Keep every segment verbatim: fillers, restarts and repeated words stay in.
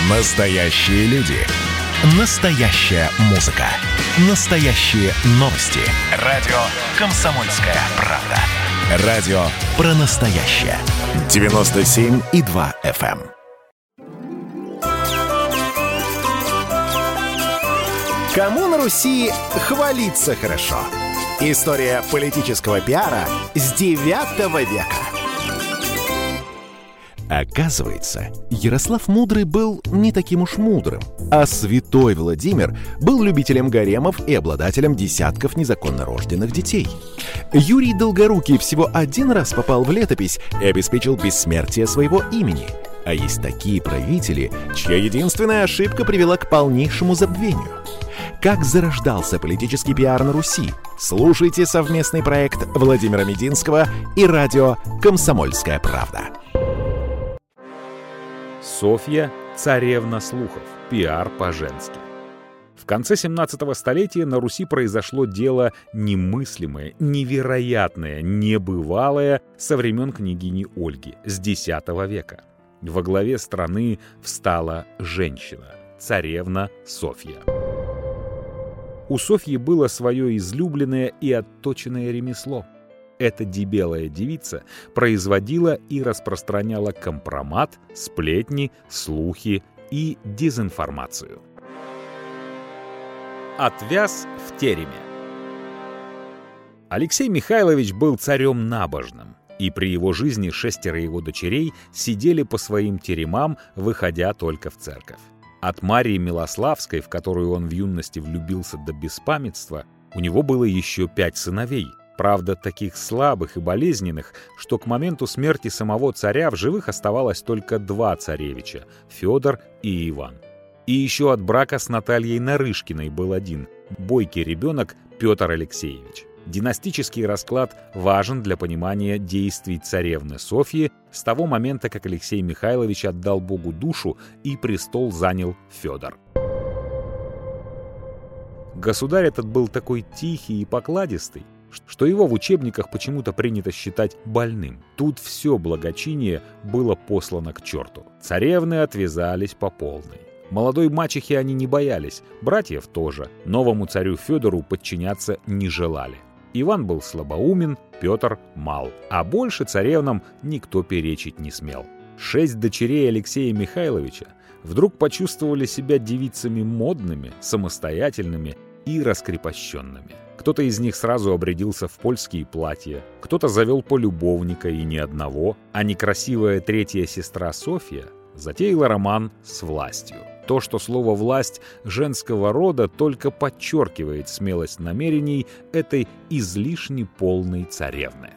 Настоящие люди. Настоящая музыка. Настоящие новости. Радио «Комсомольская правда». Радио про настоящее. девяносто семь и два эф эм. Кому на Руси хвалиться хорошо? История политического пиара с девятого века. Оказывается, Ярослав Мудрый был не таким уж мудрым, а святой Владимир был любителем гаремов и обладателем десятков незаконно рожденных детей. Юрий Долгорукий всего один раз попал в летопись и обеспечил бессмертие своего имени. А есть такие правители, чья единственная ошибка привела к полнейшему забвению. Как зарождался политический пиар на Руси? Слушайте совместный проект Владимира Мединского и радио «Комсомольская правда». Софья – царевна слухов. Пиар по-женски. В конце семнадцатого столетия на Руси произошло дело немыслимое, невероятное, небывалое со времен княгини Ольги с десятого века. Во главе страны встала женщина – царевна Софья. У Софьи было свое излюбленное и отточенное ремесло. Эта дебелая девица производила и распространяла компромат, сплетни, слухи и дезинформацию. Отвяз в тереме. Алексей Михайлович был царем набожным, и при его жизни шестеро его дочерей сидели по своим теремам, выходя только в церковь. От Марии Милославской, в которую он в юности влюбился до беспамятства, у него было еще пять сыновей. Правда, таких слабых и болезненных, что к моменту смерти самого царя в живых оставалось только два царевича – Федор и Иван. И еще от брака с Натальей Нарышкиной был один – бойкий ребенок Петр Алексеевич. Династический расклад важен для понимания действий царевны Софьи с того момента, как Алексей Михайлович отдал Богу душу и престол занял Федор. Государь этот был такой тихий и покладистый, что его в учебниках почему-то принято считать больным. Тут все благочиние было послано к черту. Царевны отвязались по полной. Молодой мачехи они не боялись, братьев тоже. Новому царю Федору подчиняться не желали. Иван был слабоумен, Петр мал, а больше царевнам никто перечить не смел. Шесть дочерей Алексея Михайловича вдруг почувствовали себя девицами модными, самостоятельными и раскрепощенными. Кто-то из них сразу обрядился в польские платья, кто-то завел полюбовника и ни одного, а некрасивая третья сестра Софья затеяла роман с властью. То, что слово «власть» женского рода только подчеркивает смелость намерений этой излишне полной царевны.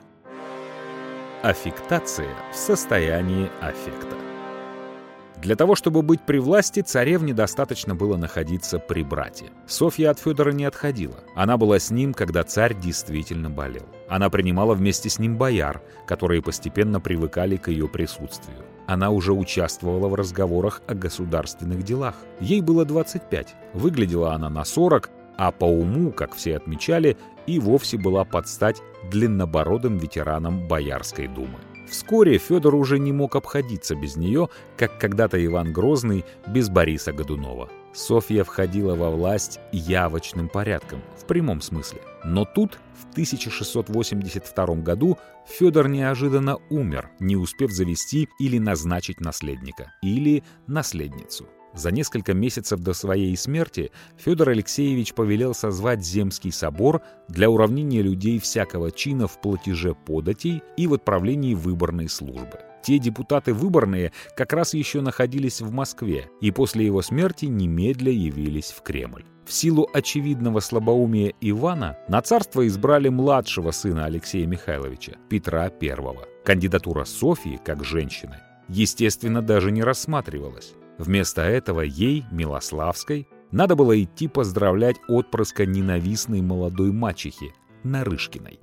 Аффектация в состоянии аффекта. Для того, чтобы быть при власти, царевне достаточно было находиться при брате. Софья от Федора не отходила. Она была с ним, когда царь действительно болел. Она принимала вместе с ним бояр, которые постепенно привыкали к ее присутствию. Она уже участвовала в разговорах о государственных делах. Ей было двадцать пять, выглядела она на сорок, а по уму, как все отмечали, и вовсе была под стать длиннобородым ветеранам Боярской думы. Вскоре Федор уже не мог обходиться без нее, как когда-то Иван Грозный без Бориса Годунова. Софья входила во власть явочным порядком, в прямом смысле. Но тут, в тысяча шестьсот восемьдесят втором году, Федор неожиданно умер, не успев завести или назначить наследника, или наследницу. За несколько месяцев до своей смерти Федор Алексеевич повелел созвать Земский собор для уравнения людей всякого чина в платеже податей и в отправлении выборной службы. Те депутаты выборные как раз еще находились в Москве и после его смерти немедля явились в Кремль. В силу очевидного слабоумия Ивана на царство избрали младшего сына Алексея Михайловича, Петра Первого. Кандидатура Софьи, как женщины, естественно, даже не рассматривалась. Вместо этого ей, Милославской, надо было идти поздравлять отпрыска ненавистной молодой мачехи, Нарышкиной.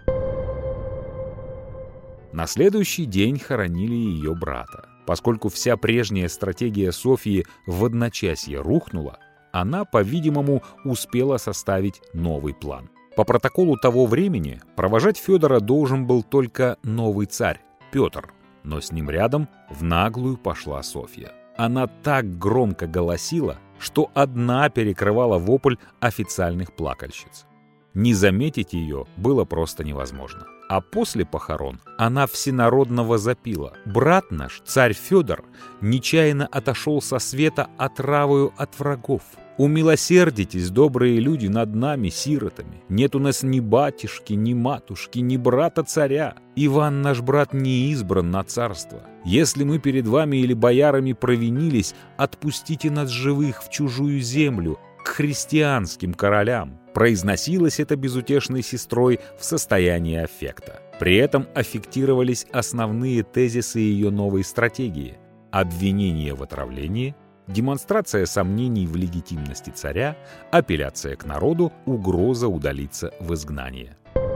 На следующий день хоронили ее брата. Поскольку вся прежняя стратегия Софьи в одночасье рухнула, она, по-видимому, успела составить новый план. По протоколу того времени провожать Федора должен был только новый царь, Петр, но с ним рядом в наглую пошла Софья. Она так громко голосила, что одна перекрывала вопль официальных плакальщиц. Не заметить ее было просто невозможно. А после похорон она всенародно возопила: «Брат наш, царь Федор, нечаянно отошел со света отравою от врагов. Умилосердитесь, добрые люди, над нами, сиротами. Нет у нас ни батюшки, ни матушки, ни брата царя. Иван наш брат не избран на царство. Если мы перед вами или боярами провинились, отпустите нас живых в чужую землю, к христианским королям». Произносилось это безутешной сестрой в состоянии аффекта. При этом аффектировались основные тезисы ее новой стратегии: обвинение в отравлении, демонстрация сомнений в легитимности царя, апелляция к народу, угроза удалиться в изгнание.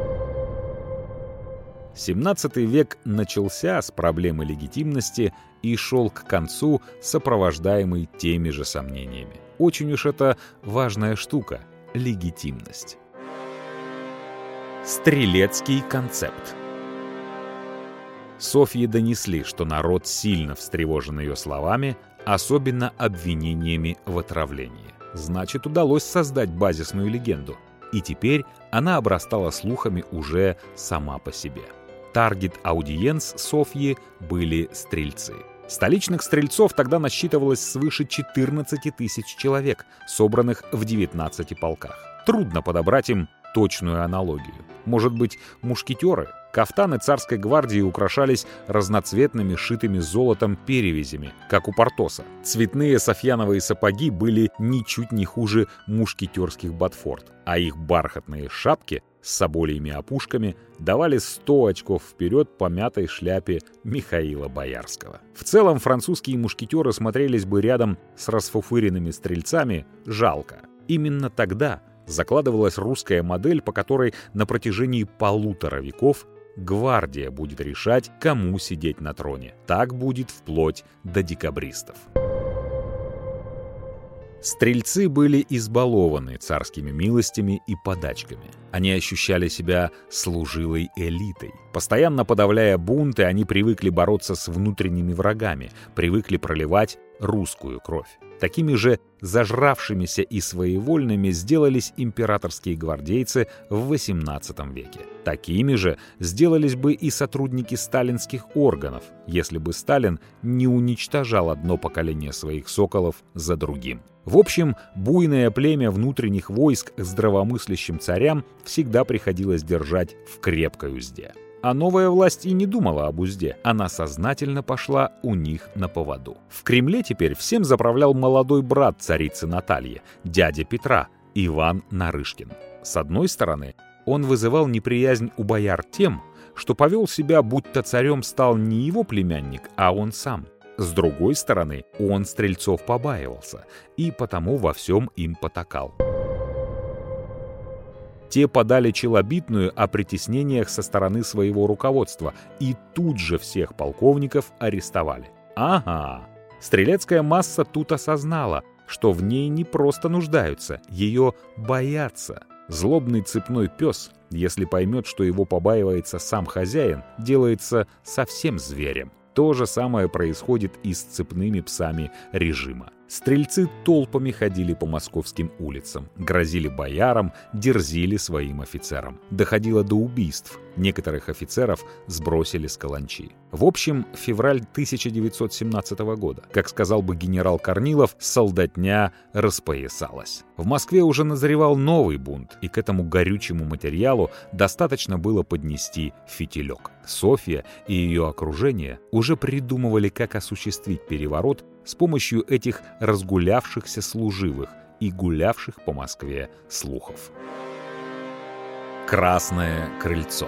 семнадцатый век начался с проблемы легитимности и шел к концу, сопровождаемый теми же сомнениями. Очень уж это важная штука — легитимность. Стрелецкий концепт. Софье донесли, что народ сильно встревожен ее словами, особенно обвинениями в отравлении. Значит, удалось создать базисную легенду. И теперь она обрастала слухами уже сама по себе. Таргет-аудиенс Софьи были стрельцы. Столичных стрельцов тогда насчитывалось свыше четырнадцати тысяч человек, собранных в девятнадцати полках. Трудно подобрать им точную аналогию. Может быть, мушкетеры? Кафтаны царской гвардии украшались разноцветными, шитыми золотом перевязями, как у Портоса. Цветные софьяновые сапоги были ничуть не хуже мушкетерских ботфорд, а их бархатные шапки с собольями опушками давали сто очков вперед по мятой шляпе Михаила Боярского. В целом, французские мушкетеры смотрелись бы рядом с расфуфыренными стрельцами жалко. Именно тогда закладывалась русская модель, по которой на протяжении полутора веков гвардия будет решать, кому сидеть на троне. Так будет вплоть до декабристов. Стрельцы были избалованы царскими милостями и подачками. Они ощущали себя служилой элитой. Постоянно подавляя бунты, они привыкли бороться с внутренними врагами, привыкли проливать русскую кровь. Такими же зажравшимися и своевольными сделались императорские гвардейцы в восемнадцатом веке. Такими же сделались бы и сотрудники сталинских органов, если бы Сталин не уничтожал одно поколение своих соколов за другим. В общем, буйное племя внутренних войск здравомыслящим царям всегда приходилось держать в крепкой узде. А новая власть и не думала об узде, она сознательно пошла у них на поводу. В Кремле теперь всем заправлял молодой брат царицы Натальи, дядя Петра, Иван Нарышкин. С одной стороны, он вызывал неприязнь у бояр тем, что повел себя, будто царем стал не его племянник, а он сам. С другой стороны, он стрельцов побаивался и потому во всем им потакал. Те подали челобитную о притеснениях со стороны своего руководства и тут же всех полковников арестовали. Ага, стрелецкая масса тут осознала, что в ней не просто нуждаются, ее боятся. Злобный цепной пес, если поймет, что его побаивается сам хозяин, делается совсем зверем. То же самое происходит и с цепными псами режима. Стрельцы толпами ходили по московским улицам, грозили боярам, дерзили своим офицерам. Доходило до убийств. Некоторых офицеров сбросили с каланчи. В общем, февраль тысяча девятьсот семнадцатого года. Как сказал бы генерал Корнилов, солдатня распоясалась. В Москве уже назревал новый бунт, и к этому горючему материалу достаточно было поднести фитилек. Софья и ее окружение уже придумывали, как осуществить переворот с помощью этих разгулявшихся служивых и гулявших по Москве слухов. Красное крыльцо.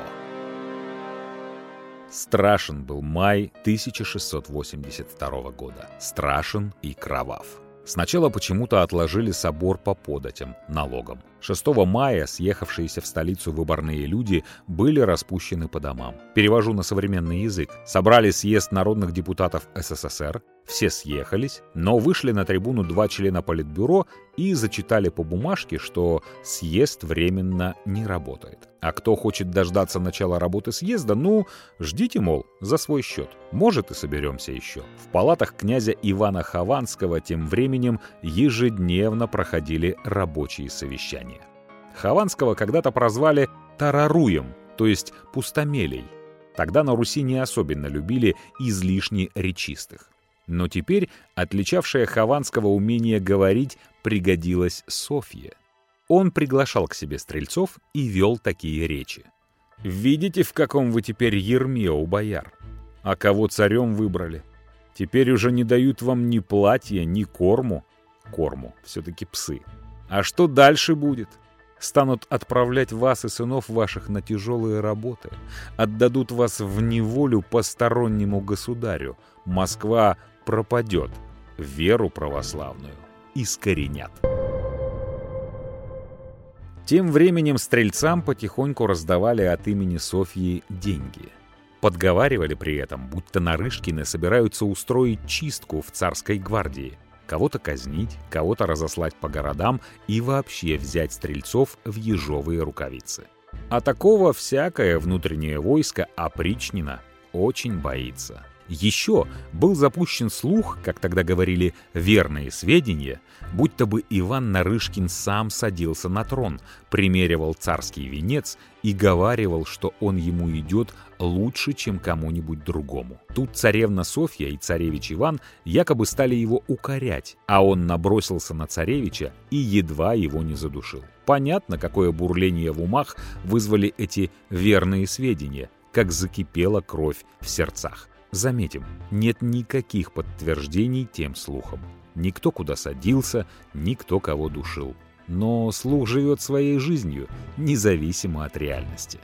Страшен был май тысяча шестьсот восемьдесят второго года. Страшен и кровав. Сначала почему-то отложили собор по податям, налогам. шестого мая съехавшиеся в столицу выборные люди были распущены по домам. Перевожу на современный язык. Собрали съезд народных депутатов СССР, все съехались, но вышли на трибуну два члена Политбюро и зачитали по бумажке, что съезд временно не работает. А кто хочет дождаться начала работы съезда, ну, ждите, мол, за свой счет. Может, и соберемся еще. В палатах князя Ивана Хованского тем временем ежедневно проходили рабочие совещания. Хованского когда-то прозвали Тараруем, то есть пустомелей. Тогда на Руси не особенно любили излишне речистых. Но теперь отличавшее Хованского умение говорить пригодилось Софье. Он приглашал к себе стрельцов и вел такие речи. «Видите, в каком вы теперь ярме у бояр? А кого царем выбрали? Теперь уже не дают вам ни платья, ни корму». Корму, все-таки псы. «А что дальше будет? Станут отправлять вас и сынов ваших на тяжелые работы, отдадут вас в неволю постороннему государю. Москва пропадет, веру православную искоренят». Тем временем стрельцам потихоньку раздавали от имени Софьи деньги. Подговаривали при этом, будто Нарышкины собираются устроить чистку в царской гвардии, кого-то казнить, кого-то разослать по городам и вообще взять стрельцов в ежовые рукавицы. А такого всякое внутреннее войско опричнина очень боится. Еще был запущен слух, как тогда говорили, верные сведения, будто бы Иван Нарышкин сам садился на трон, примеривал царский венец и говаривал, что он ему идет лучше, чем кому-нибудь другому. Тут царевна Софья и царевич Иван якобы стали его укорять, а он набросился на царевича и едва его не задушил. Понятно, какое бурление в умах вызвали эти верные сведения, как закипела кровь в сердцах. Заметим, нет никаких подтверждений тем слухам. Никто куда садился, никто кого душил. Но слух живет своей жизнью, независимо от реальности.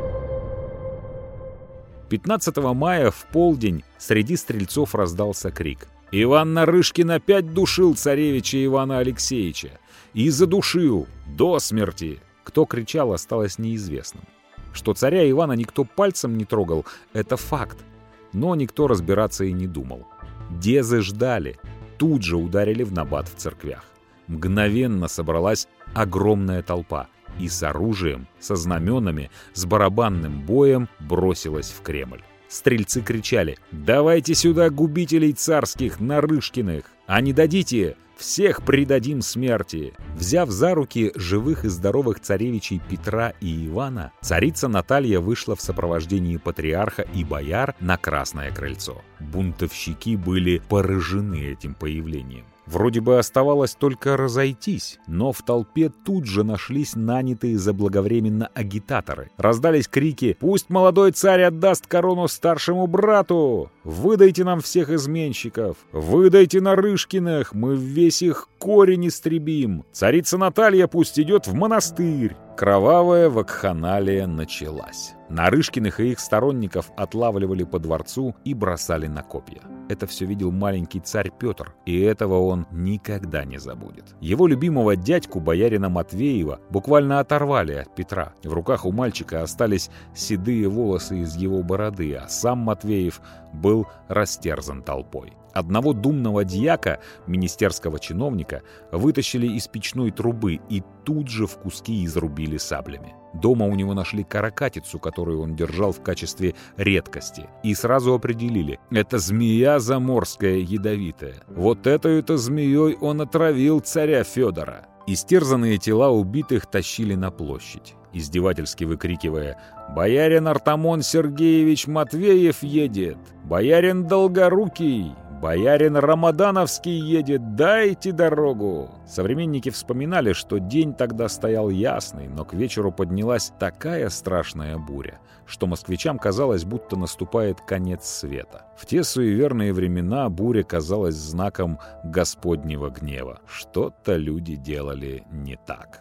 пятнадцатого мая в полдень среди стрельцов раздался крик. «Иван Нарышкин опять душил царевича Ивана Алексеевича! И задушил! До смерти!» Кто кричал, осталось неизвестным. Что царя Ивана никто пальцем не трогал — это факт. Но никто разбираться и не думал. Дезы ждали. Тут же ударили в набат в церквях. Мгновенно собралась огромная толпа и с оружием, со знаменами, с барабанным боем бросилась в Кремль. Стрельцы кричали: «Давайте сюда губителей царских, Нарышкиных! А не дадите, всех предадим смерти!» Взяв за руки живых и здоровых царевичей Петра и Ивана, царица Наталья вышла в сопровождении патриарха и бояр на Красное крыльцо. Бунтовщики были поражены этим появлением. Вроде бы оставалось только разойтись, но в толпе тут же нашлись нанятые заблаговременно агитаторы. Раздались крики: «Пусть молодой царь отдаст корону старшему брату! Выдайте нам всех изменщиков! Выдайте Нарышкиных! Мы весь их корень истребим! Царица Наталья пусть идет в монастырь!» Кровавая вакханалия началась. Нарышкиных и их сторонников отлавливали по дворцу и бросали на копья. Это все видел маленький царь Петр, и этого он никогда не забудет. Его любимого дядьку, боярина Матвеева, буквально оторвали от Петра. В руках у мальчика остались седые волосы из его бороды, а сам Матвеев был растерзан толпой. Одного думного дьяка, министерского чиновника, вытащили из печной трубы и тут же в куски изрубили саблями. Дома у него нашли каракатицу, которую он держал в качестве редкости, и сразу определили — это змея заморская ядовитая. Вот этой-то змеей он отравил царя Федора. Истерзанные тела убитых тащили на площадь, издевательски выкрикивая: «Боярин Артамон Сергеевич Матвеев едет! Боярин Долгорукий! Боярин Рамадановский едет! Дайте дорогу!» Современники вспоминали, что день тогда стоял ясный, но к вечеру поднялась такая страшная буря, что москвичам казалось, будто наступает конец света. В те суеверные времена буря казалась знаком Господнего гнева. Что-то люди делали не так.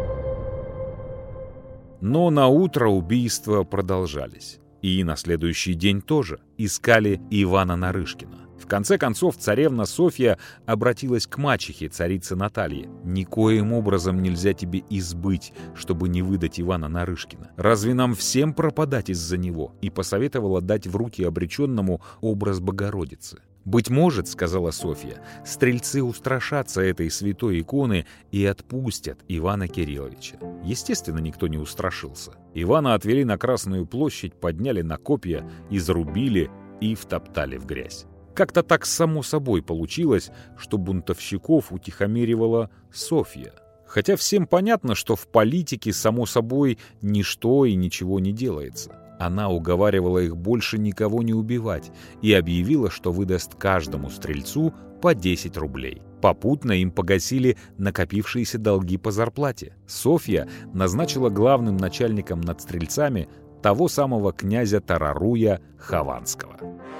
Но на утро убийства продолжались. И на следующий день тоже искали Ивана Нарышкина. В конце концов, царевна Софья обратилась к мачехе царицы Наталье. «Никоим образом нельзя тебе избыть, чтобы не выдать Ивана Нарышкина. Разве нам всем пропадать из-за него?» И посоветовала дать в руки обреченному образ Богородицы. «Быть может, — сказала Софья, — стрельцы устрашатся этой святой иконы и отпустят Ивана Кирилловича». Естественно, никто не устрашился. Ивана отвели на Красную площадь, подняли на копья, изрубили и втоптали в грязь. Как-то так само собой получилось, что бунтовщиков утихомиривала Софья. Хотя всем понятно, что в политике, само собой, ничто и ничего не делается. Она уговаривала их больше никого не убивать и объявила, что выдаст каждому стрельцу по десять рублей. Попутно им погасили накопившиеся долги по зарплате. Софья назначила главным начальником над стрельцами того самого князя Тараруя Хованского.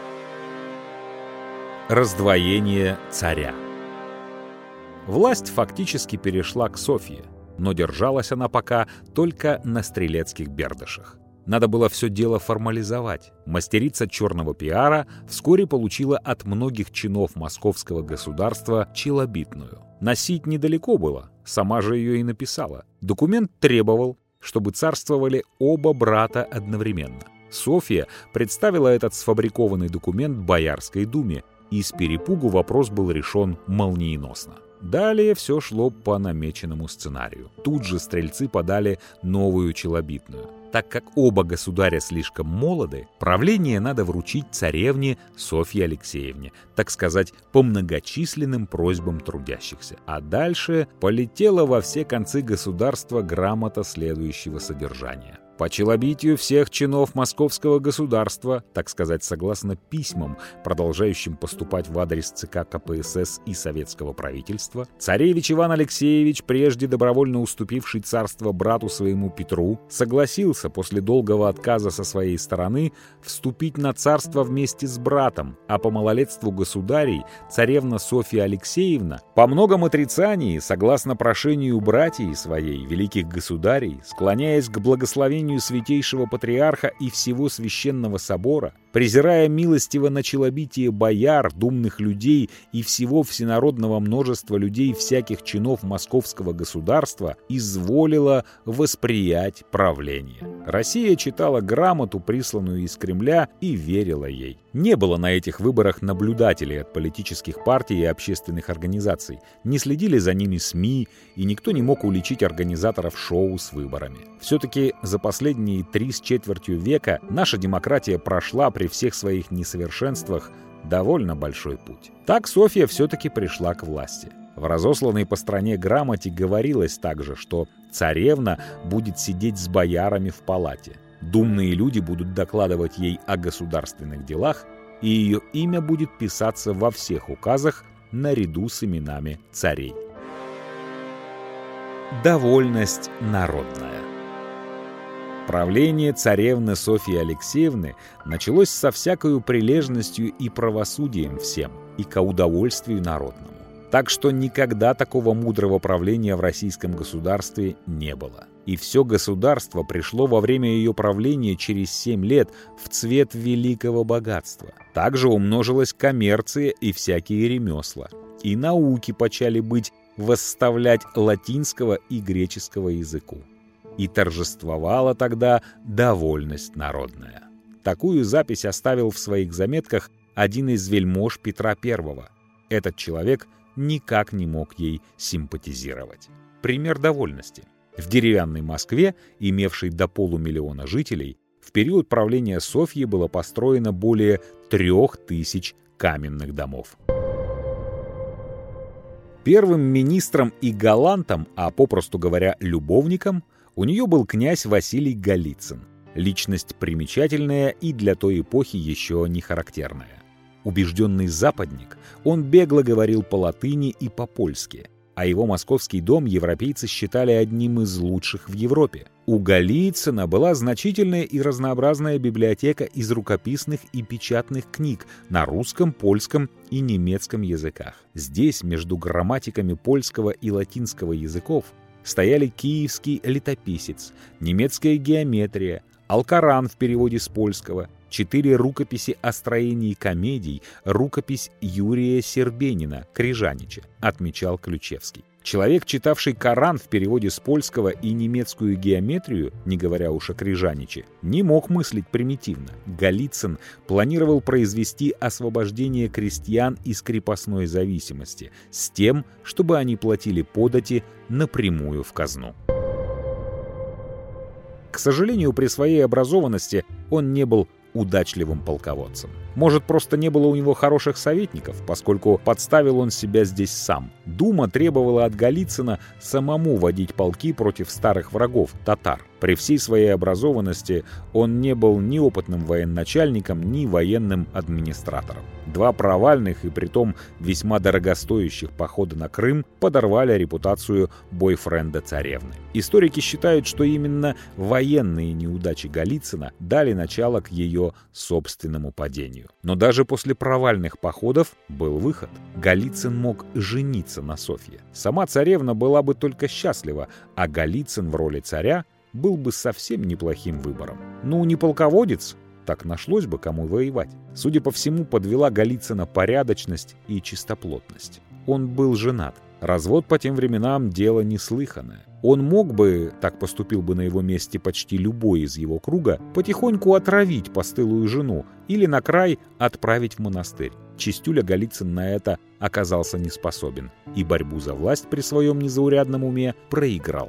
Раздвоение царя. Власть фактически перешла к Софье, но держалась она пока только на стрелецких бердышах. Надо было все дело формализовать. Мастерица черного пиара вскоре получила от многих чинов московского государства челобитную. Носить недалеко было, сама же ее и написала. Документ требовал, чтобы царствовали оба брата одновременно. Софья представила этот сфабрикованный документ Боярской думе, и с перепугу вопрос был решен молниеносно. Далее все шло по намеченному сценарию. Тут же стрельцы подали новую челобитную. Так как оба государя слишком молоды, правление надо вручить царевне Софье Алексеевне, так сказать, по многочисленным просьбам трудящихся. А дальше полетела во все концы государства грамота следующего содержания. По челобитию всех чинов московского государства, так сказать, согласно письмам, продолжающим поступать в адрес ЦК КПСС и советского правительства, царевич Иван Алексеевич, прежде добровольно уступивший царство брату своему Петру, согласился после долгого отказа со своей стороны вступить на царство вместе с братом, а по малолетству государей царевна Софья Алексеевна, по многом отрицании, согласно прошению братьей своей, великих государей, склоняясь к благословению святейшего патриарха и всего священного собора, презирая милостиво на челобитие бояр, думных людей и всего всенародного множества людей всяких чинов московского государства, изволила восприять правление. Россия читала грамоту, присланную из Кремля, и верила ей. Не было на этих выборах наблюдателей от политических партий и общественных организаций, не следили за ними СМИ, и никто не мог уличить организаторов шоу с выборами. Все-таки за последние три с четвертью века наша демократия прошла при всех своих несовершенствах довольно большой путь. Так Софья все-таки пришла к власти. В разосланной по стране грамоте говорилось также, что царевна будет сидеть с боярами в палате. Думные люди будут докладывать ей о государственных делах, и ее имя будет писаться во всех указах наряду с именами царей. Довольность народная. Правление царевны Софьи Алексеевны началось со всякою прилежностью и правосудием всем, и ко удовольствию народному. Так что никогда такого мудрого правления в российском государстве не было. И все государство пришло во время ее правления через семь лет в цвет великого богатства. Также умножилась коммерция и всякие ремесла. И науки почали быть восставлять латинского и греческого языку. И торжествовала тогда довольность народная. Такую запись оставил в своих заметках один из вельмож Петра Первого. Этот человек никак не мог ей симпатизировать. Пример довольности. В деревянной Москве, имевшей до полумиллиона жителей, в период правления Софьи было построено более трех тысяч каменных домов. Первым министром и галантом, а попросту говоря, любовником, у нее был князь Василий Голицын. Личность примечательная и для той эпохи еще не характерная. Убежденный западник, он бегло говорил по-латыни и по-польски, а его московский дом европейцы считали одним из лучших в Европе. У Голицына была значительная и разнообразная библиотека из рукописных и печатных книг на русском, польском и немецком языках. Здесь, между грамматиками польского и латинского языков, стояли киевский летописец, немецкая геометрия, Алкоран в переводе с польского, четыре рукописи о строении комедий, рукопись Юрия Сербенина «Крижанича», отмечал Ключевский. Человек, читавший Коран в переводе с польского и немецкую геометрию, не говоря уж о Крижаниче, не мог мыслить примитивно. Голицын планировал произвести освобождение крестьян из крепостной зависимости с тем, чтобы они платили подати напрямую в казну. К сожалению, при своей образованности он не был удачливым полководцем. Может, просто не было у него хороших советников, поскольку подставил он себя здесь сам. Дума требовала от Голицына самому водить полки против старых врагов – татар. При всей своей образованности он не был ни опытным военачальником, ни военным администратором. Два провальных и притом весьма дорогостоящих похода на Крым подорвали репутацию бойфренда царевны. Историки считают, что именно военные неудачи Голицына дали начало к ее собственному падению. Но даже после провальных походов был выход. Голицын мог жениться на Софье. Сама царевна была бы только счастлива, а Голицын в роли царя был бы совсем неплохим выбором. Ну, не полководец, так нашлось бы кому воевать. Судя по всему, подвела Голицына порядочность и чистоплотность. Он был женат. Развод по тем временам дело неслыханное. Он мог бы, так поступил бы на его месте почти любой из его круга, потихоньку отравить постылую жену или на край отправить в монастырь. Чистюля Голицын на это оказался не способен и борьбу за власть при своем незаурядном уме проиграл.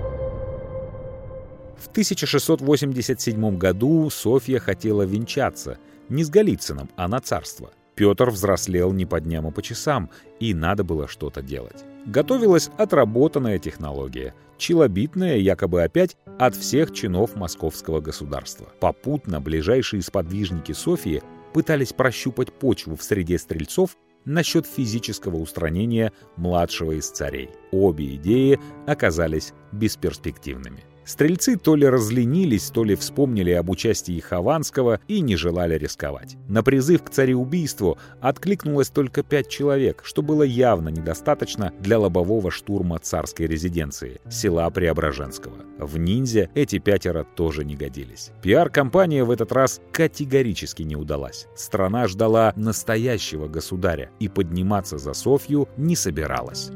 В тысяча шестьсот восемьдесят седьмом году Софья хотела венчаться не с Голицыным, а на царство. Петр взрослел не по дням, а по часам, и надо было что-то делать. Готовилась отработанная технология, челобитная якобы опять от всех чинов московского государства. Попутно ближайшие сподвижники Софьи пытались прощупать почву в среде стрельцов насчет физического устранения младшего из царей. Обе идеи оказались бесперспективными. Стрельцы то ли разленились, то ли вспомнили об участии Хованского и не желали рисковать. На призыв к цареубийству откликнулось только пять человек, что было явно недостаточно для лобового штурма царской резиденции, села Преображенского. В ниндзя эти пятеро тоже не годились. Пиар-компания в этот раз категорически не удалась. Страна ждала настоящего государя и подниматься за Софью не собиралась.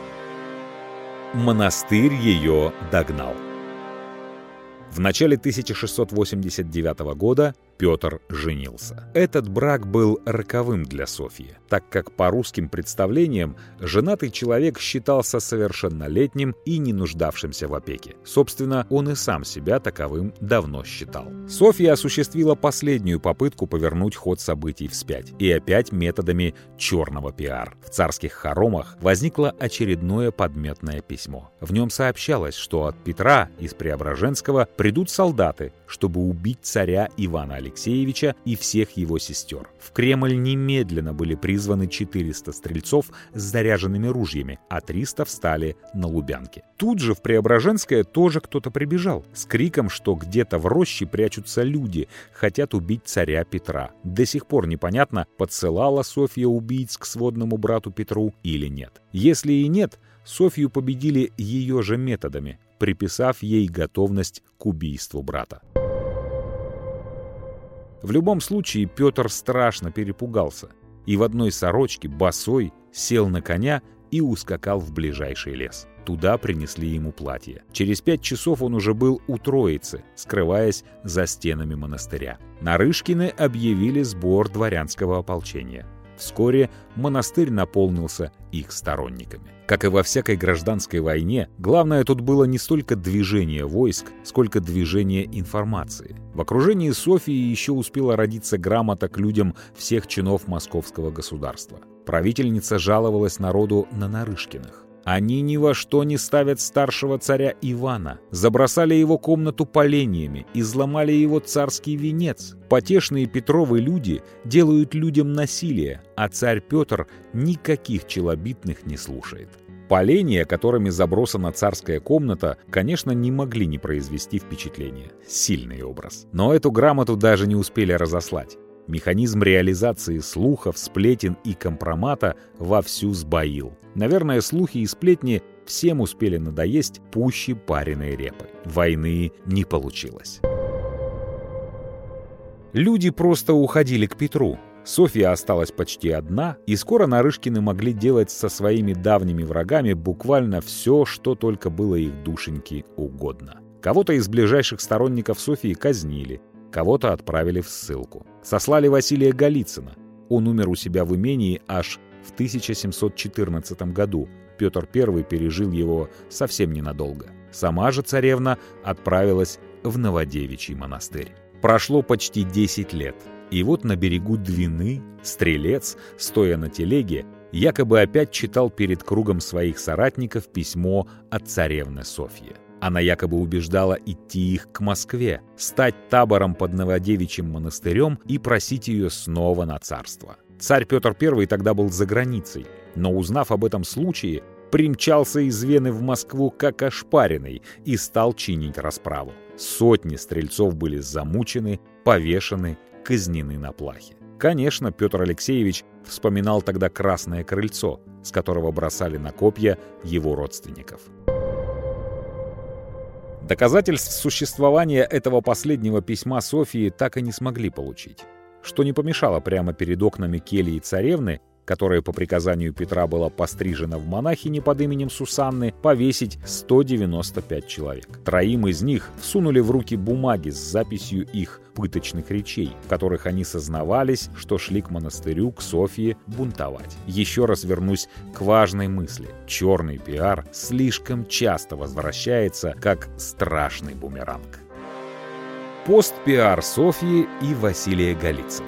Монастырь ее догнал. В начале тысяча шестьсот восемьдесят девятого года Петр женился. Этот брак был роковым для Софьи, так как по русским представлениям женатый человек считался совершеннолетним и не нуждавшимся в опеке. Собственно, он и сам себя таковым давно считал. Софья осуществила последнюю попытку повернуть ход событий вспять, и опять методами черного пиар. В царских хоромах возникло очередное подметное письмо. В нем сообщалось, что от Петра из Преображенского придут солдаты, чтобы убить царя Ивана Алексеевича и всех его сестер. В Кремль немедленно были призваны четыреста стрельцов с заряженными ружьями, а триста встали на Лубянке. Тут же в Преображенское тоже кто-то прибежал с криком, что где-то в роще прячутся люди, хотят убить царя Петра. До сих пор непонятно, подсылала Софья убийц к сводному брату Петру или нет. Если и нет, Софью победили ее же методами, приписав ей готовность к убийству брата. В любом случае Петр страшно перепугался и в одной сорочке, босой, сел на коня и ускакал в ближайший лес. Туда принесли ему платье. Через пять часов он уже был у Троицы, скрываясь за стенами монастыря. Нарышкины объявили сбор дворянского ополчения. Вскоре монастырь наполнился их сторонниками. Как и во всякой гражданской войне, главное тут было не столько движение войск, сколько движение информации. В окружении Софьи еще успела родиться грамота к людям всех чинов московского государства. Правительница жаловалась народу на Нарышкиных. Они ни во что не ставят старшего царя Ивана, забросали его комнату поленьями, изломали его царский венец. Потешные Петровы люди делают людям насилие, а царь Петр никаких челобитных не слушает. Поленья, которыми забросана царская комната, конечно, не могли не произвести впечатления. Сильный образ. Но эту грамоту даже не успели разослать. Механизм реализации слухов, сплетен и компромата вовсю сбоил. Наверное, слухи и сплетни всем успели надоесть пуще пареной репы. Войны не получилось. Люди просто уходили к Петру. Софья осталась почти одна, и скоро Нарышкины могли делать со своими давними врагами буквально все, что только было их душеньке угодно. Кого-то из ближайших сторонников Софьи казнили, кого-то отправили в ссылку. Сослали Василия Голицына. Он умер у себя в имении аж в тысяча семьсот четырнадцатом году. Петр Первый пережил его совсем ненадолго. Сама же царевна отправилась в Новодевичий монастырь. Прошло почти десять лет. И вот на берегу Двины стрелец, стоя на телеге, якобы опять читал перед кругом своих соратников письмо от царевны Софьи. Она якобы убеждала идти их к Москве, стать табором под Новодевичьим монастырем и просить ее снова на царство. Царь Петр Первый тогда был за границей, но, узнав об этом случае, примчался из Вены в Москву как ошпаренный и стал чинить расправу. Сотни стрельцов были замучены, повешены, казнены на плахе. Конечно, Петр Алексеевич вспоминал тогда Красное Крыльцо, с которого бросали на копья его родственников. Доказательств существования этого последнего письма Софьи так и не смогли получить, что не помешало прямо перед окнами кельи царевны, которая по приказанию Петра была пострижена в монахини под именем Сусанны, повесить сто девяносто пять человек. Троим из них всунули в руки бумаги с записью их пыточных речей, в которых они сознавались, что шли к монастырю, к Софье, бунтовать. Еще раз вернусь к важной мысли. Черный пиар слишком часто возвращается как страшный бумеранг. Пост-пиар Софьи и Василия Голицына.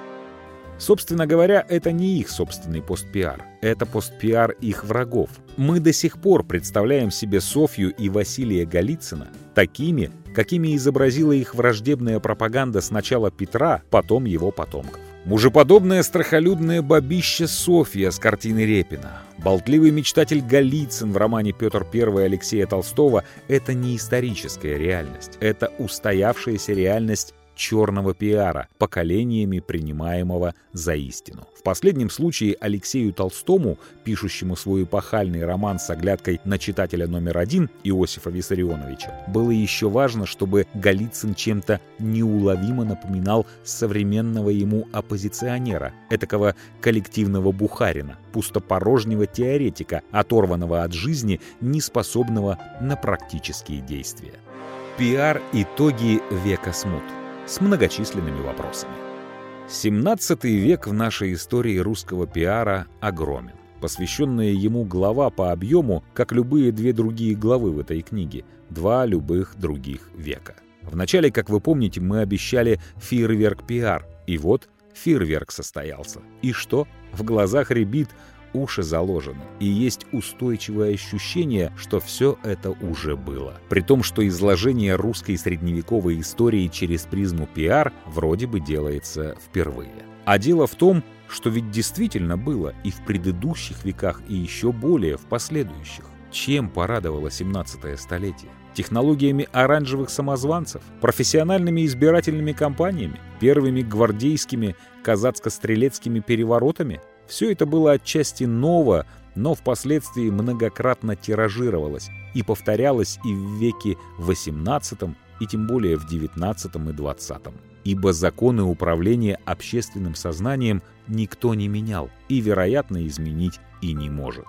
Собственно говоря, это не их собственный пост-пиар, это пост-пиар их врагов. Мы до сих пор представляем себе Софью и Василия Голицына такими, какими изобразила их враждебная пропаганда сначала Петра, потом его потомков. Мужеподобное страхолюдное бабище Софья с картины Репина, болтливый мечтатель Голицын в романе «Петр Первый» Алексея Толстого — это не историческая реальность, это устоявшаяся реальность черного пиара, поколениями принимаемого за истину. В последнем случае Алексею Толстому, пишущему свой эпохальный роман с оглядкой на читателя номер один Иосифа Виссарионовича, было еще важно, чтобы Голицын чем-то неуловимо напоминал современного ему оппозиционера, этакого коллективного Бухарина, пустопорожнего теоретика, оторванного от жизни, неспособного на практические действия. Пиар «Итоги века смут» с многочисленными вопросами. семнадцатый век в нашей истории русского пиара огромен. Посвященная ему глава по объему, как любые две другие главы в этой книге, два любых других века. Вначале, как вы помните, мы обещали фейерверк пиар, и вот фейерверк состоялся. И что? В глазах рябит, уши заложены, и есть устойчивое ощущение, что все это уже было. При том, что изложение русской средневековой истории через призму пиар вроде бы делается впервые. А дело в том, что ведь действительно было и в предыдущих веках, и еще более в последующих. Чем порадовало семнадцатое столетие? Технологиями оранжевых самозванцев, профессиональными избирательными кампаниями, первыми гвардейскими казацко-стрелецкими переворотами? Все это было отчасти ново, но впоследствии многократно тиражировалось и повторялось и в веке восемнадцатом, и тем более в девятнадцатом и двадцатом. Ибо законы управления общественным сознанием никто не менял и, вероятно, изменить и не может.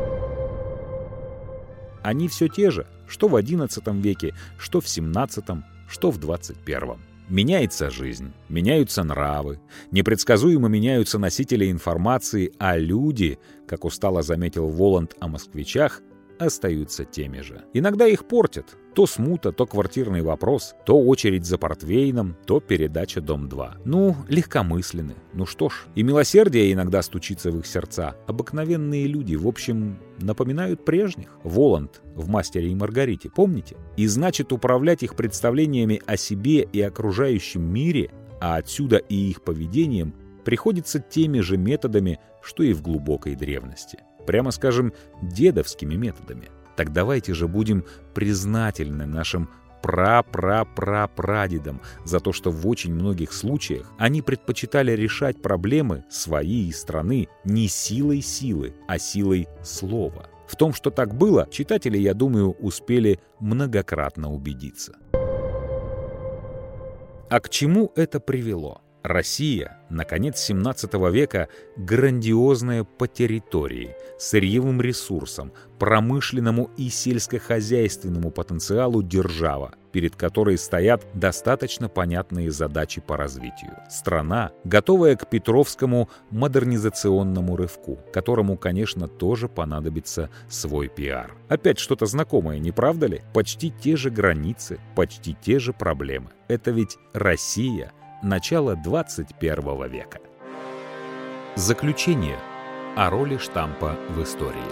Они все те же, что в одиннадцатом веке, что в семнадцатом, что в двадцать первом. Меняется жизнь, меняются нравы, непредсказуемо меняются носители информации, а люди, как устало заметил Воланд о москвичах, остаются теми же. Иногда их портят. То смута, то квартирный вопрос, то очередь за портвейном, то передача «Дом-два». Ну, легкомысленны. Ну что ж, и милосердие иногда стучится в их сердца. Обыкновенные люди, в общем, напоминают прежних. Воланд в «Мастере и Маргарите», помните? И значит, управлять их представлениями о себе и окружающем мире, а отсюда и их поведением, приходится теми же методами, что и в глубокой древности. Прямо скажем, дедовскими методами. Так давайте же будем признательны нашим пра-пра-пра-прадедам за то, что в очень многих случаях они предпочитали решать проблемы своей и страны не силой силы, а силой слова. В том, что так было, читатели, я думаю, успели многократно убедиться. А к чему это привело? Россия, на конец семнадцатого века, грандиозная по территории, сырьевым ресурсам, промышленному и сельскохозяйственному потенциалу держава, перед которой стоят достаточно понятные задачи по развитию. Страна, готовая к Петровскому модернизационному рывку, которому, конечно, тоже понадобится свой пиар. Опять что-то знакомое, не правда ли? Почти те же границы, почти те же проблемы. Это ведь Россия – начало двадцать первого века. Заключение о роли штампа в истории.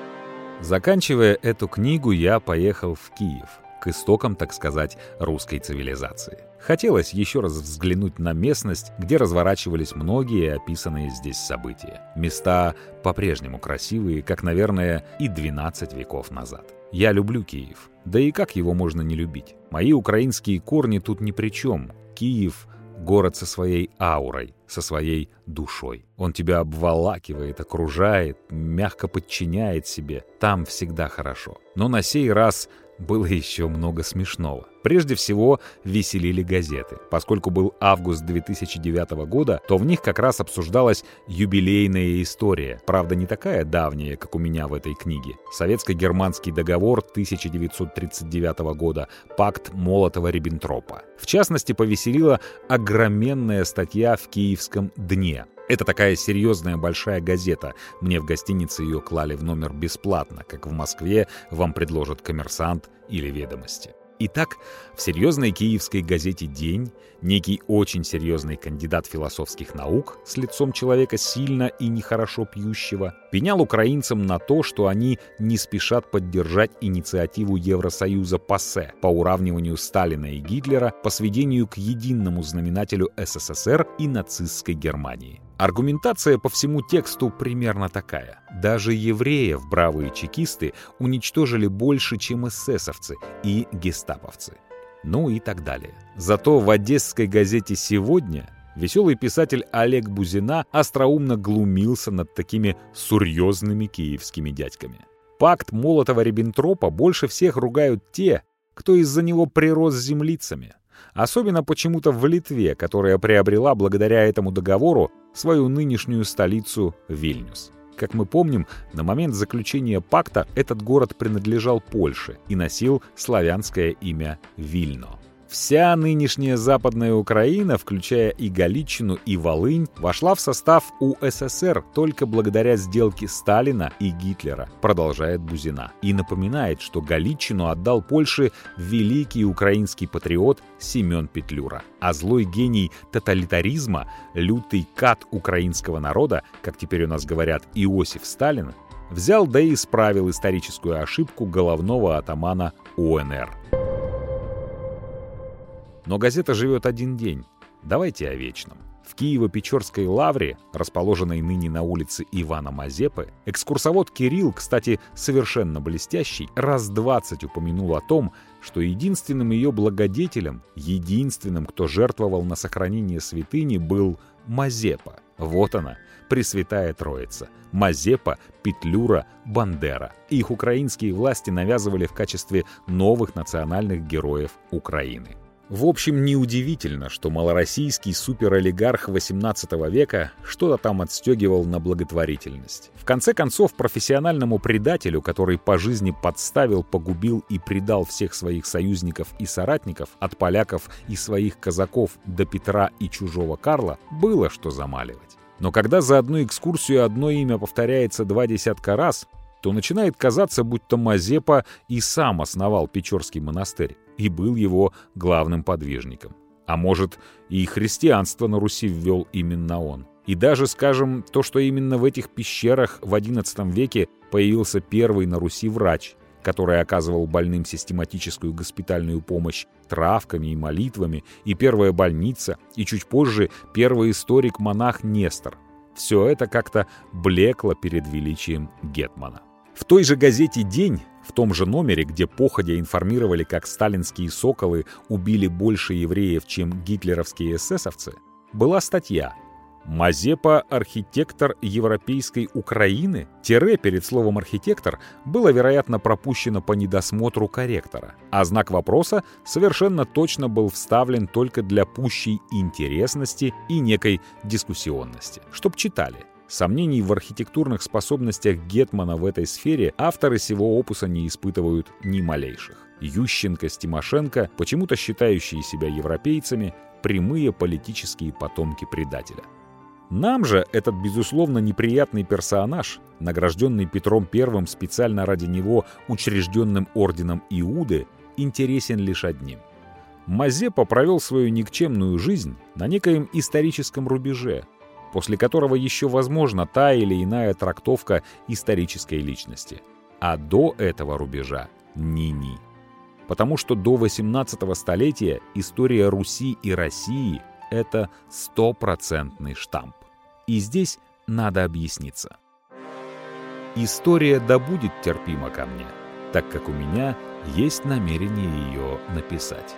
Заканчивая эту книгу, я поехал в Киев, к истокам, так сказать, русской цивилизации. Хотелось еще раз взглянуть на местность, где разворачивались многие описанные здесь события. Места по-прежнему красивые, как, наверное, и двенадцать веков назад. Я люблю Киев. Да и как его можно не любить? Мои украинские корни тут ни при чем. Киев — город со своей аурой, со своей душой. Он тебя обволакивает, окружает, мягко подчиняет себе. Там всегда хорошо. Но на сей раз было еще много смешного. Прежде всего, веселили газеты. Поскольку был август две тысячи девятого года, то в них как раз обсуждалась юбилейная история. Правда, не такая давняя, как у меня в этой книге. Советско-германский договор тысяча девятьсот тридцать девятого года, пакт Молотова-Риббентропа. В частности, повеселила огроменная статья в «Киевском дне». Это такая серьезная большая газета. Мне в гостинице ее клали в номер бесплатно, как в Москве вам предложат «Коммерсант» или «Ведомости». Итак, в серьезной киевской газете «День» некий очень серьезный кандидат философских наук с лицом человека сильно и нехорошо пьющего пенял украинцам на то, что они не спешат поддержать инициативу Евросоюза ПАСЕ по уравниванию Сталина и Гитлера по сведению к единому знаменателю СССР и нацистской Германии. Аргументация по всему тексту примерно такая. Даже евреев бравые чекисты уничтожили больше, чем эсэсовцы и гестаповцы. Ну и так далее. Зато в одесской газете «Сегодня» веселый писатель Олег Бузина остроумно глумился над такими серьезными киевскими дядьками. Пакт Молотова-Риббентропа больше всех ругают те, кто из-за него прирос землицами. Особенно почему-то в Литве, которая приобрела благодаря этому договору свою нынешнюю столицу Вильнюс. Как мы помним, на момент заключения пакта этот город принадлежал Польше и носил славянское имя Вильно. Вся нынешняя Западная Украина, включая и Галичину, и Волынь, вошла в состав УССР только благодаря сделке Сталина и Гитлера, продолжает Бузина. И напоминает, что Галичину отдал Польше великий украинский патриот Семен Петлюра. А злой гений тоталитаризма, лютый кат украинского народа, как теперь у нас говорят, Иосиф Сталин, взял да и исправил историческую ошибку головного атамана УНР. Но газета живет один день. Давайте о вечном. В Киево-Печорской лавре, расположенной ныне на улице Ивана Мазепы, экскурсовод Кирилл, кстати, совершенно блестящий, раз двадцать упомянул о том, что единственным ее благодетелем, единственным, кто жертвовал на сохранение святыни, был Мазепа. Вот она, Пресвятая Троица. Мазепа, Петлюра, Бандера. Их украинские власти навязывали в качестве новых национальных героев Украины. В общем, неудивительно, что малороссийский суперолигарх восемнадцатого века что-то там отстегивал на благотворительность. В конце концов, профессиональному предателю, который по жизни подставил, погубил и предал всех своих союзников и соратников, от поляков и своих казаков до Петра и чужого Карла, было что замаливать. Но когда за одну экскурсию одно имя повторяется два десятка раз, то начинает казаться, будто Мазепа и сам основал Печорский монастырь и был его главным подвижником. А может, и христианство на Руси ввел именно он. И даже, скажем, то, что именно в этих пещерах в одиннадцатом веке появился первый на Руси врач, который оказывал больным систематическую госпитальную помощь травками и молитвами, и первая больница, и чуть позже первый историк-монах Нестор. Все это как-то блекло перед величием гетмана. В той же газете «День», в том же номере, где походя информировали, как сталинские соколы убили больше евреев, чем гитлеровские эсэсовцы, была статья Мазепа – архитектор европейской Украины? Тире перед словом «архитектор» было, вероятно, пропущено по недосмотру корректора, а знак вопроса совершенно точно был вставлен только для пущей интересности и некой дискуссионности, чтоб читали. Сомнений в архитектурных способностях гетмана в этой сфере авторы сего опуса не испытывают ни малейших. Ющенко с Тимошенко, почему-то считающие себя европейцами, прямые политические потомки предателя. Нам же этот, безусловно, неприятный персонаж, награжденный Петром Первым специально ради него учрежденным орденом Иуды, интересен лишь одним. Мазепа провел свою никчемную жизнь на некоем историческом рубеже, после которого еще возможна та или иная трактовка исторической личности. А до этого рубежа ни-ни. Потому что до восемнадцатого столетия история Руси и России – это стопроцентный штамп. И здесь надо объясниться. История да будет терпима ко мне, так как у меня есть намерение ее написать.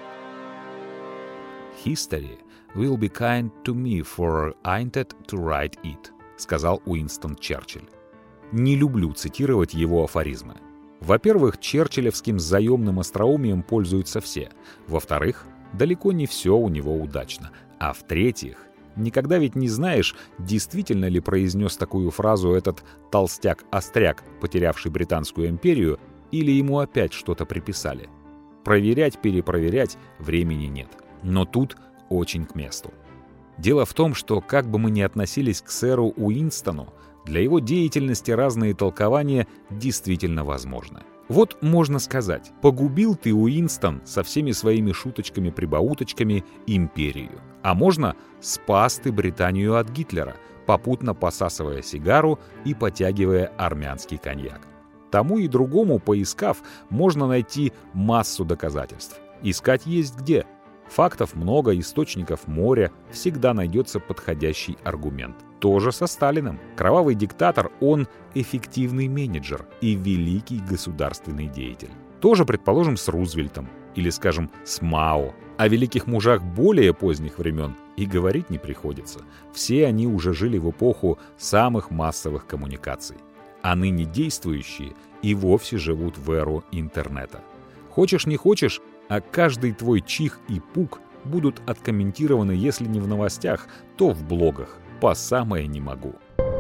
History will be kind to me for I intend to write it, сказал Уинстон Черчилль. Не люблю цитировать его афоризмы. Во-первых, черчиллевским заемным остроумием пользуются все. Во-вторых, далеко не все у него удачно. А в-третьих, никогда ведь не знаешь, действительно ли произнес такую фразу этот толстяк-остряк, потерявший Британскую империю, или ему опять что-то приписали. Проверять, перепроверять времени нет. Но тут очень к месту. Дело в том, что как бы мы ни относились к сэру Уинстону, для его деятельности разные толкования действительно возможны. Вот можно сказать, погубил ты, Уинстон, со всеми своими шуточками-прибауточками империю. А можно спас ты Британию от Гитлера, попутно посасывая сигару и потягивая армянский коньяк. Тому и другому, поискав, можно найти массу доказательств. Искать есть где. Фактов много, источников море, всегда найдется подходящий аргумент. Тоже со Сталиным. Кровавый диктатор, он эффективный менеджер и великий государственный деятель. Тоже, предположим, с Рузвельтом или, скажем, с Мао. О великих мужах более поздних времен и говорить не приходится. Все они уже жили в эпоху самых массовых коммуникаций. А ныне действующие и вовсе живут в эру интернета. Хочешь не хочешь, а каждый твой чих и пук будут откомментированы, если не в новостях, то в блогах. По самое не могу.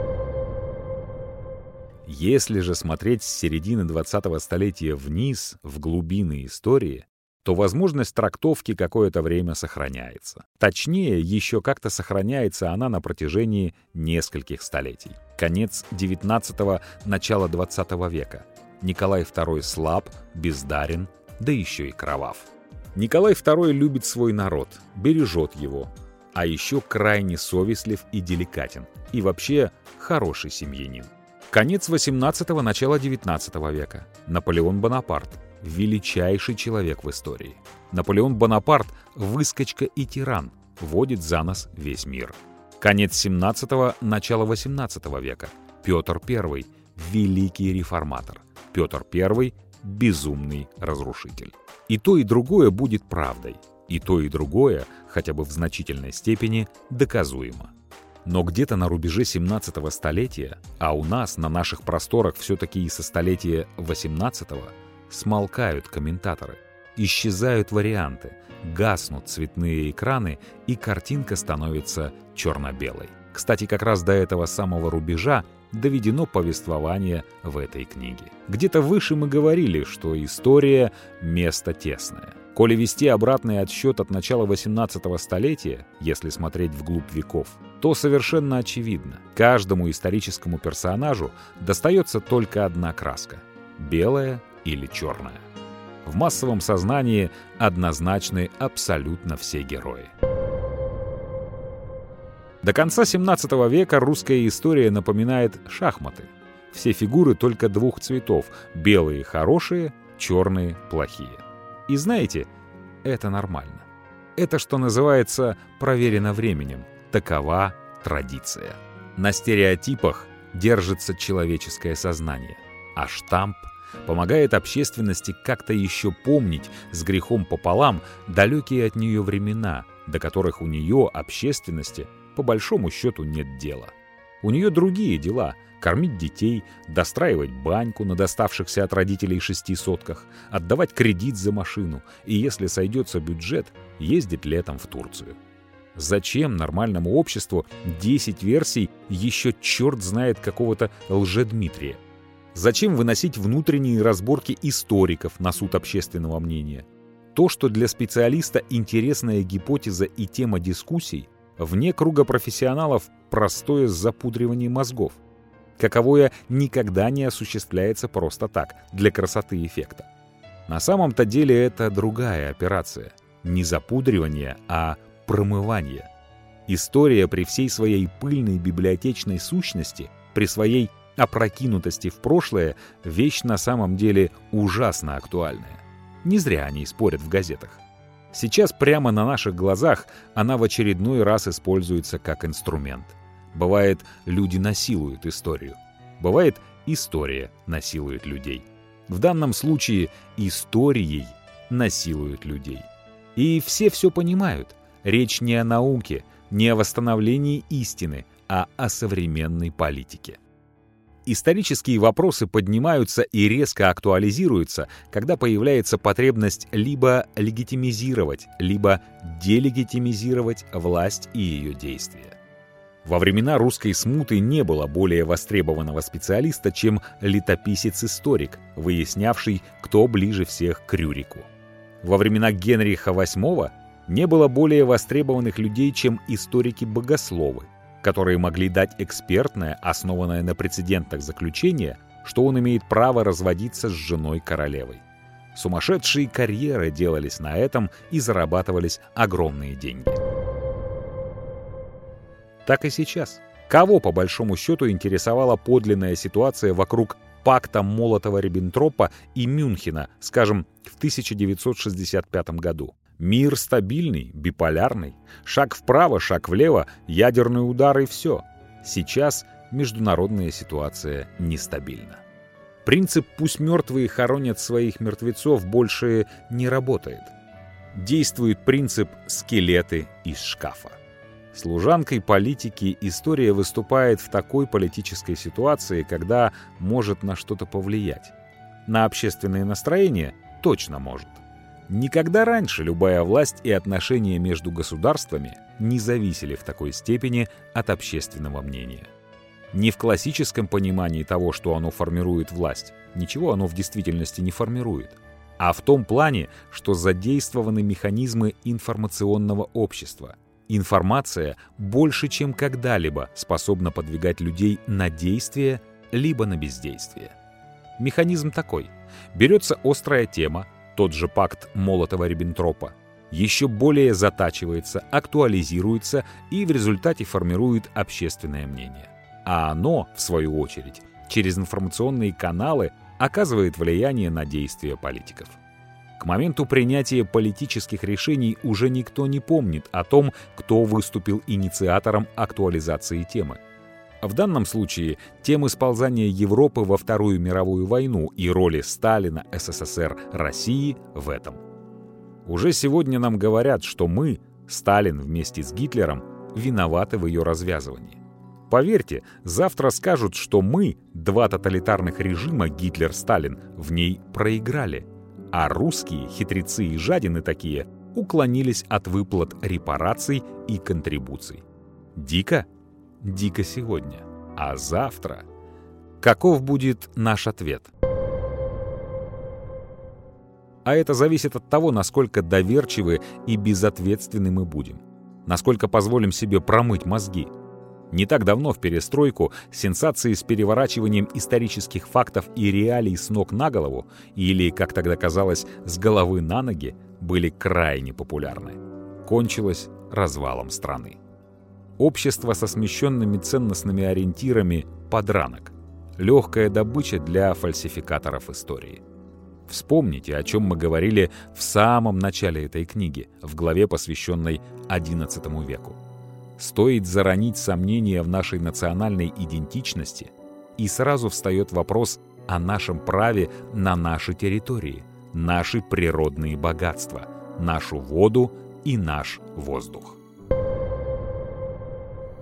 Если же смотреть с середины двадцатого столетия вниз, в глубины истории, то возможность трактовки какое-то время сохраняется. Точнее, еще как-то сохраняется она на протяжении нескольких столетий. Конец девятнадцатого, начало двадцатого века. Николай Второй слаб, бездарен, да еще и кровав. Николай Второй любит свой народ, бережет его, а еще крайне совестлив и деликатен, и вообще хороший семьянин. Конец восемнадцатого, начало девятнадцатого века. Наполеон Бонапарт – величайший человек в истории. Наполеон Бонапарт – выскочка и тиран, водит за нос весь мир. Конец семнадцатого, начало восемнадцатого века. Петр Первый – великий реформатор. Петр Первый – безумный разрушитель. И то, и другое будет правдой. И то, и другое, хотя бы в значительной степени, доказуемо. Но где-то на рубеже семнадцатого столетия, а у нас на наших просторах все-таки и со столетия восемнадцатого, смолкают комментаторы, исчезают варианты, гаснут цветные экраны, и картинка становится черно-белой. Кстати, как раз до этого самого рубежа доведено повествование в этой книге. Где-то выше мы говорили, что история – место тесное. Коли вести обратный отсчет от начала восемнадцатого столетия, если смотреть вглубь веков, то совершенно очевидно, каждому историческому персонажу достается только одна краска – белая или черная. В массовом сознании однозначны абсолютно все герои. До конца семнадцатого века русская история напоминает шахматы. Все фигуры только двух цветов – белые – хорошие, черные – плохие. И знаете, это нормально. Это, что называется, проверено временем. Такова традиция. На стереотипах держится человеческое сознание, а штамп помогает общественности как-то еще помнить с грехом пополам далекие от нее времена, до которых у нее, общественности, по большому счету нет дела. У нее другие дела – кормить детей, достраивать баньку на доставшихся от родителей шести сотках, отдавать кредит за машину и, если сойдется бюджет, ездить летом в Турцию. Зачем нормальному обществу десять версий еще черт знает какого-то Лжедмитрия? Зачем выносить внутренние разборки историков на суд общественного мнения? То, что для специалиста интересная гипотеза и тема дискуссий, вне круга профессионалов простое запудривание мозгов, каковое никогда не осуществляется просто так, для красоты и эффекта. На самом-то деле это другая операция. Не запудривание, а промывание. История при всей своей пыльной библиотечной сущности, при своей опрокинутости в прошлое, вещь на самом деле ужасно актуальная. Не зря они спорят в газетах. Сейчас прямо на наших глазах она в очередной раз используется как инструмент. Бывает, люди насилуют историю. Бывает, история насилует людей. В данном случае историей насилуют людей. И все все понимают. Речь не о науке, не о восстановлении истины, а о современной политике. Исторические вопросы поднимаются и резко актуализируются, когда появляется потребность либо легитимизировать, либо делегитимизировать власть и ее действия. Во времена русской смуты не было более востребованного специалиста, чем летописец-историк, выяснявший, кто ближе всех к Рюрику. Во времена Генриха восьмого не было более востребованных людей, чем историки-богословы, которые могли дать экспертное, основанное на прецедентах заключение, что он имеет право разводиться с женой королевой. Сумасшедшие карьеры делались на этом и зарабатывались огромные деньги. Так и сейчас. Кого, по большому счету, интересовала подлинная ситуация вокруг пакта Молотова-Риббентропа и Мюнхена, скажем, в тысяча девятьсот шестьдесят пятом году? Мир стабильный, биполярный. Шаг вправо, шаг влево, ядерные удары и все. Сейчас международная ситуация нестабильна. Принцип «пусть мертвые хоронят своих мертвецов» больше не работает. Действует принцип «скелеты из шкафа». Служанкой политики история выступает в такой политической ситуации, когда может на что-то повлиять. На общественное настроение точно может. Никогда раньше любая власть и отношения между государствами не зависели в такой степени от общественного мнения. Не в классическом понимании того, что оно формирует власть, ничего оно в действительности не формирует, а в том плане, что задействованы механизмы информационного общества. Информация больше, чем когда-либо способна подвигать людей на действие либо на бездействие. Механизм такой. Берется острая тема, тот же пакт Молотова-Риббентропа, еще более затачивается, актуализируется и в результате формирует общественное мнение. А оно, в свою очередь, через информационные каналы оказывает влияние на действия политиков. К моменту принятия политических решений уже никто не помнит о том, кто выступил инициатором актуализации темы. В данном случае темы сползания Европы во Вторую мировую войну и роли Сталина, СССР, России в этом. Уже сегодня нам говорят, что мы, Сталин вместе с Гитлером, виноваты в ее развязывании. Поверьте, завтра скажут, что мы, два тоталитарных режима Гитлер-Сталин, в ней проиграли, а русские, хитрецы и жадины такие, уклонились от выплат репараций и контрибуций. Дико? Дико сегодня. А завтра? Каков будет наш ответ? А это зависит от того, насколько доверчивы и безответственны мы будем. Насколько позволим себе промыть мозги. Не так давно в перестройку сенсации с переворачиванием исторических фактов и реалий с ног на голову, или, как тогда казалось, с головы на ноги, были крайне популярны. Кончилось развалом страны. Общество со смещенными ценностными ориентирами – подранок. Легкая добыча для фальсификаторов истории. Вспомните, о чем мы говорили в самом начале этой книги, в главе, посвященной одиннадцатому веку. Стоит заронить сомнения в нашей национальной идентичности, и сразу встает вопрос о нашем праве на наши территории, наши природные богатства, нашу воду и наш воздух.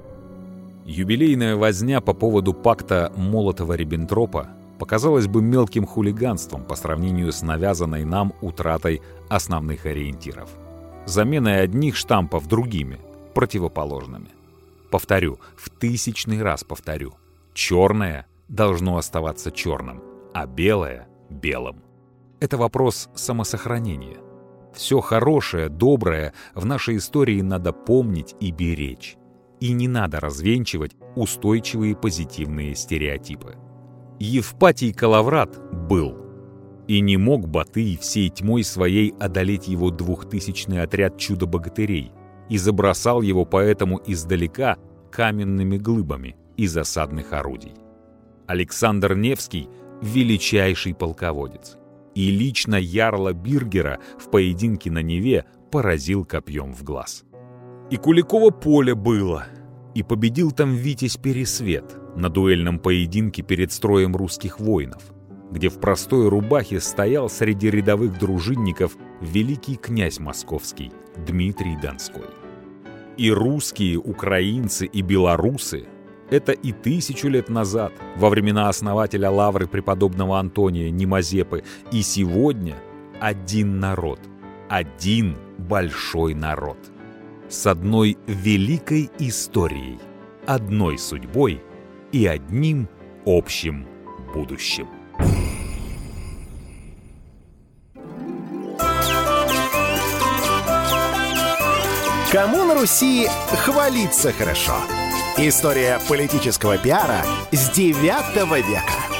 Юбилейная возня по поводу пакта Молотова-Риббентропа показалась бы мелким хулиганством по сравнению с навязанной нам утратой основных ориентиров. Заменой одних штампов другими, противоположными. Повторю, в тысячный раз повторю. Черное должно оставаться черным, а белое — белым. Это вопрос самосохранения. Все хорошее, доброе в нашей истории надо помнить и беречь. И не надо развенчивать устойчивые позитивные стереотипы. Евпатий Калаврат был. И не мог Батый всей тьмой своей одолеть его двухтысячный отряд чудо-богатырей и забросал его поэтому издалека каменными глыбами из осадных орудий. Александр Невский — величайший полководец. И лично ярла Биргера в поединке на Неве поразил копьем в глаз. И Куликово поле было. И победил там Витязь Пересвет на дуэльном поединке перед строем русских воинов, где в простой рубахе стоял среди рядовых дружинников великий князь московский Дмитрий Донской. И русские, украинцы и белорусы — это и тысячу лет назад, во времена основателя лавры преподобного Антония Немазепы, и сегодня один народ, один большой народ. С одной великой историей, одной судьбой и одним общим будущим. Кому на Руси хвалиться хорошо? История политического пиара с девятого века.